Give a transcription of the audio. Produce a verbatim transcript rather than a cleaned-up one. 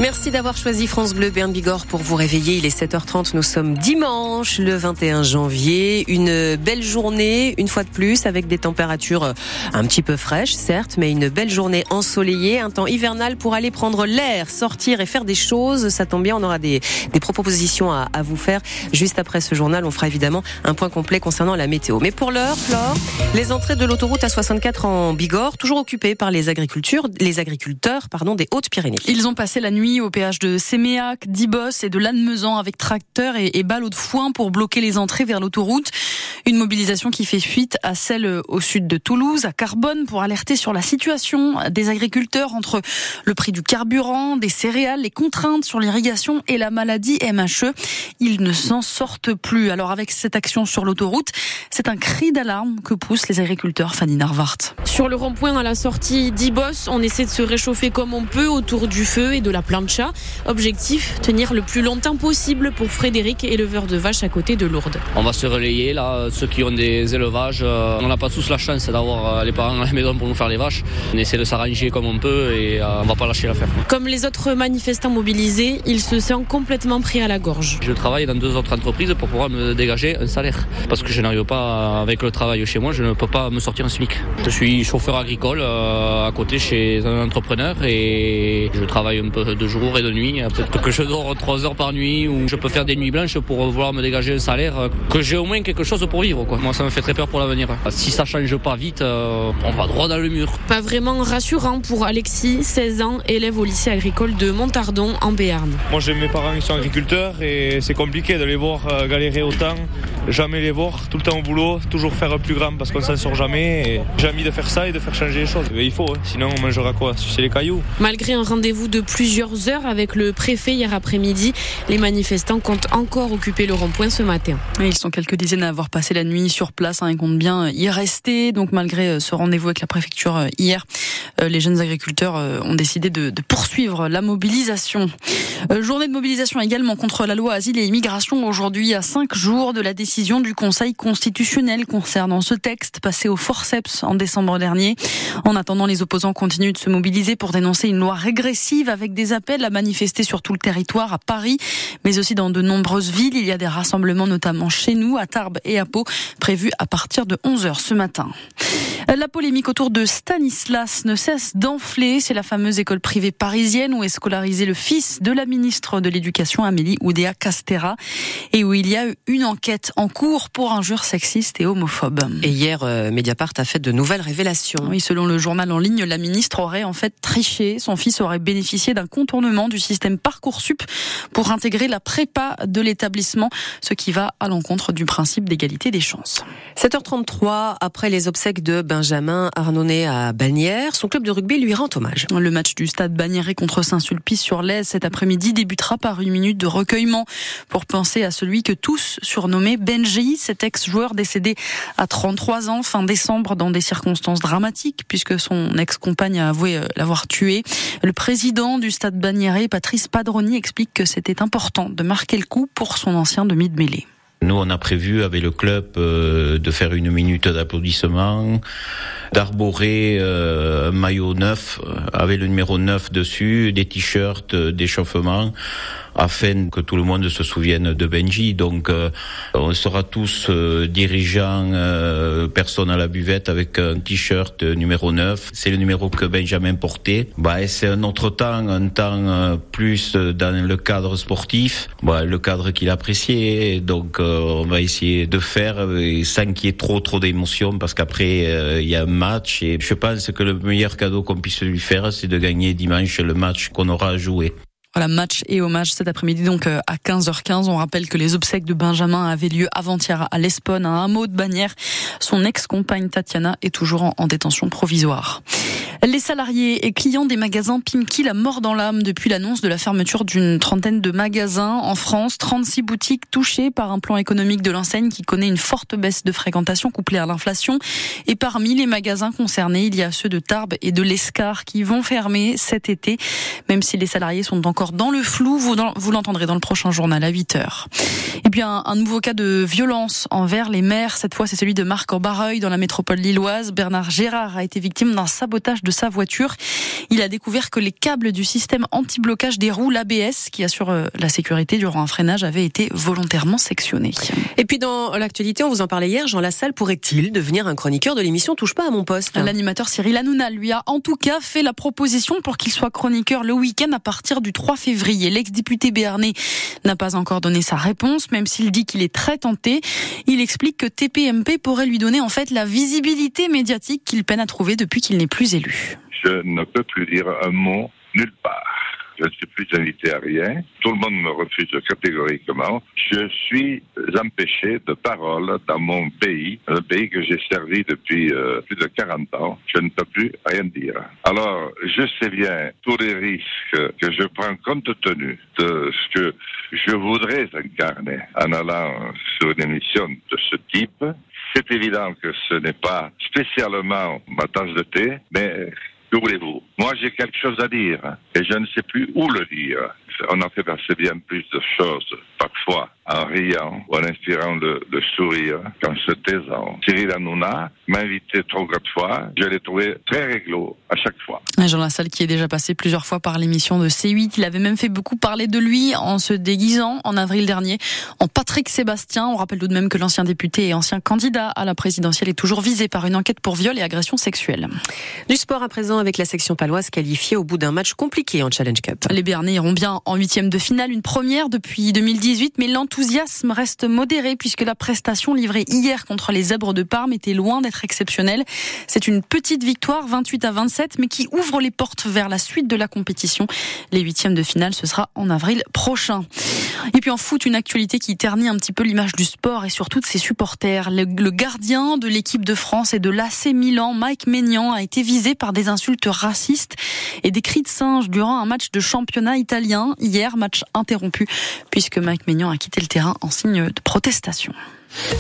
Merci d'avoir choisi France Bleu Béarn Bigorre pour vous réveiller. Il est sept heures trente. Nous sommes dimanche, le vingt et un janvier. Une belle journée, une fois de plus, avec des températures un petit peu fraîches, certes, mais une belle journée ensoleillée. Un temps hivernal pour aller prendre l'air, sortir et faire des choses. Ça tombe bien, on aura des, des propositions à, à vous faire. Juste après ce journal, on fera évidemment un point complet concernant la météo. Mais pour l'heure, Flore, les entrées de l'autoroute A soixante-quatre en Bigorre, toujours occupées par les agriculteurs, les agriculteurs, pardon, des Hautes-Pyrénées. Ils ont passé la nuit au péage de Séméac, d'Ibos et de Lannemezan avec tracteurs et, et ballots de foin pour bloquer les entrées vers l'autoroute. Une mobilisation qui fait suite à celle au sud de Toulouse, à Carbonne, pour alerter sur la situation des agriculteurs entre le prix du carburant, des céréales, les contraintes sur l'irrigation et la maladie M H E. Ils ne s'en sortent plus. Alors avec cette action sur l'autoroute, c'est un cri d'alarme que poussent les agriculteurs. Fanny Narvart. Sur le rond-point à la sortie d'Ibos, on essaie de se réchauffer comme on peut autour du feu et de la plancha. Objectif, tenir le plus longtemps possible pour Frédéric, éleveur de vaches à côté de Lourdes. On va se relayer là, ceux qui ont des élevages, euh, on n'a pas tous la chance d'avoir euh, les parents à la maison pour nous faire les vaches. On essaie de s'arranger comme on peut et euh, on va pas lâcher l'affaire. Comme les autres manifestants mobilisés, il se sent complètement pris à la gorge. Je travaille dans deux autres entreprises pour pouvoir me dégager un salaire. Parce que je n'arrive pas, avec le travail chez moi, je ne peux pas me sortir un SMIC. Je suis chauffeur agricole euh, à côté chez un entrepreneur et je travaille un peu de jour et de nuit. Peut-être que je dors trois heures par nuit ou je peux faire des nuits blanches pour vouloir me dégager un salaire, que j'ai au moins quelque chose pour vivre, quoi. Moi, ça me fait très peur pour l'avenir. Si ça change pas vite, euh, on va droit dans le mur. Pas vraiment rassurant pour Alexis, seize ans, élève au lycée agricole de Montardon en Béarn. Moi, j'ai mes parents qui sont agriculteurs et c'est compliqué de les voir galérer autant. Jamais les voir, tout le temps au boulot, toujours faire plus grand parce qu'on s'en sort jamais. Et j'ai envie de faire ça et de faire changer les choses. Mais il faut, hein. Sinon on mangera quoi? Sucer les cailloux. Malgré un rendez-vous de plusieurs heures avec le préfet hier après-midi, les manifestants comptent encore occuper le rond-point ce matin. Et ils sont quelques dizaines à avoir passé la nuit sur place, hein, et comptent bien y rester. Donc malgré ce rendez-vous avec la préfecture hier, les jeunes agriculteurs ont décidé de, de poursuivre la mobilisation. Journée de mobilisation également contre la loi Asile et Immigration aujourd'hui, à cinq jours de la décision du Conseil constitutionnel concernant ce texte passé au forceps en décembre dernier. En attendant, les opposants continuent de se mobiliser pour dénoncer une loi régressive avec des appels à manifester sur tout le territoire, à Paris, mais aussi dans de nombreuses villes. Il y a des rassemblements notamment chez nous, à Tarbes et à Pau, prévus à partir de onze heures ce matin. La polémique autour de Stanislas ne cesse d'enfler. C'est la fameuse école privée parisienne où est scolarisé le fils de la ministre de l'Éducation, Amélie Oudéa-Castéra, et où il y a eu une enquête en cours pour injures sexistes et homophobes. Et hier, euh, Mediapart a fait de nouvelles révélations. Oui, selon le journal en ligne, la ministre aurait en fait triché. Son fils aurait bénéficié d'un contournement du système Parcoursup pour intégrer la prépa de l'établissement, ce qui va à l'encontre du principe d'égalité des chances. sept heures trente-trois, après les obsèques de Benjamin Arnonnet à Bagnères, son club de rugby lui rend hommage. Le match du stade Bagnères contre Saint-Sulpice-sur-Lez cet après-midi débutera par une minute de recueillement pour penser à celui que tous surnommaient Benji, cet ex-joueur décédé à trente-trois ans fin décembre dans des circonstances dramatiques puisque son ex-compagne a avoué l'avoir tué. Le président du stade Bagnères, Patrice Padroni, explique que c'était important de marquer le coup pour son ancien demi de mêlée. Nous, on a prévu avec le club euh, de faire une minute d'applaudissement, d'arborer euh, un maillot neuf avec le numéro neuf dessus, des t-shirts d'échauffement, afin que tout le monde se souvienne de Benji. Donc, euh, on sera tous euh, dirigeants, euh, personne à la buvette avec un t-shirt numéro neuf. C'est le numéro que Benjamin portait. Bah, et c'est un autre temps, un temps euh, plus dans le cadre sportif, bah, le cadre qu'il appréciait. Donc, euh, on va essayer de faire sans qu'il y ait trop trop d'émotions parce qu'après, euh, il y a un match et je pense que le meilleur cadeau qu'on puisse lui faire, c'est de gagner dimanche le match qu'on aura à jouer. Voilà, match et hommage cet après-midi donc à quinze heures quinze. On rappelle que les obsèques de Benjamin avaient lieu avant-hier à l'Espone, un hameau de Bagnères. Son ex-compagne Tatiana est toujours en, en détention provisoire. Les salariés et clients des magasins Pimki, la mort dans l'âme depuis l'annonce de la fermeture d'une trentaine de magasins en France. trente-six boutiques touchées par un plan économique de l'enseigne qui connaît une forte baisse de fréquentation couplée à l'inflation. Et parmi les magasins concernés, il y a ceux de Tarbes et de l'Escar qui vont fermer cet été, même si les salariés sont encore encore dans le flou. Vous, dans, vous l'entendrez dans le prochain journal à huit heures. Et puis un, un nouveau cas de violence envers les maires. Cette fois, c'est celui de Marc Orbareuil dans la métropole lilloise. Bernard Gérard a été victime d'un sabotage de sa voiture. Il a découvert que les câbles du système anti-blocage des roues, l'A B S, qui assure la sécurité durant un freinage, avaient été volontairement sectionnés. Et puis dans l'actualité, on vous en parlait hier, Jean Lassalle pourrait-il devenir un chroniqueur de l'émission Touche pas à mon poste? L'animateur Cyril Hanouna lui a en tout cas fait la proposition pour qu'il soit chroniqueur le week-end à partir du trois février. L'ex-député béarnais n'a pas encore donné sa réponse, même s'il dit qu'il est très tenté. Il explique que T P M P pourrait lui donner en fait la visibilité médiatique qu'il peine à trouver depuis qu'il n'est plus élu. Je ne peux plus dire un mot nulle part. Je ne suis plus invité à rien. Tout le monde me refuse catégoriquement. Je suis empêché de parole dans mon pays, un pays que j'ai servi depuis euh, plus de quarante ans. Je ne peux plus rien dire. Alors, je sais bien tous les risques que je prends compte tenu de ce que je voudrais incarner en allant sur une émission de ce type. C'est évident que ce n'est pas spécialement ma tasse de thé, mais que voulez-vous? Moi, j'ai quelque chose à dire et je ne sais plus où le dire. On a fait passer bien plus de choses, parfois en riant ou en inspirant le, le sourire qu'en se taisant. Cyril Hanouna m'a invité trois ou quatre fois. Je l'ai trouvé très réglo à chaque fois. Jean Lassalle qui est déjà passé plusieurs fois par l'émission de C huit. Il avait même fait beaucoup parler de lui en se déguisant en avril dernier en Patrick Sébastien. On rappelle tout de même que l'ancien député et ancien candidat à la présidentielle est toujours visé par une enquête pour viol et agression sexuelle. Du sport à présent avec la section paloise qualifiée au bout d'un match compliqué en Challenge Cup. Les Béarnais iront bien en huitième de finale, une première depuis deux mille dix-huit, mais l'enthousiasme reste modéré puisque la prestation livrée hier contre les Zèbres de Parme était loin d'être exceptionnelle. C'est une petite victoire, vingt-huit à vingt-sept, mais qui ouvre les portes vers la suite de la compétition. Les huitièmes de finale, ce sera en avril prochain. Et puis en foot, une actualité qui ternit un petit peu l'image du sport et surtout de ses supporters. Le, le gardien de l'équipe de France et de l'A C Milan, Mike Maignan, a été visé par des insultes racistes et des cris de singe durant un match de championnat italien. Hier, match interrompu puisque Mike Maignan a quitté le terrain en signe de protestation.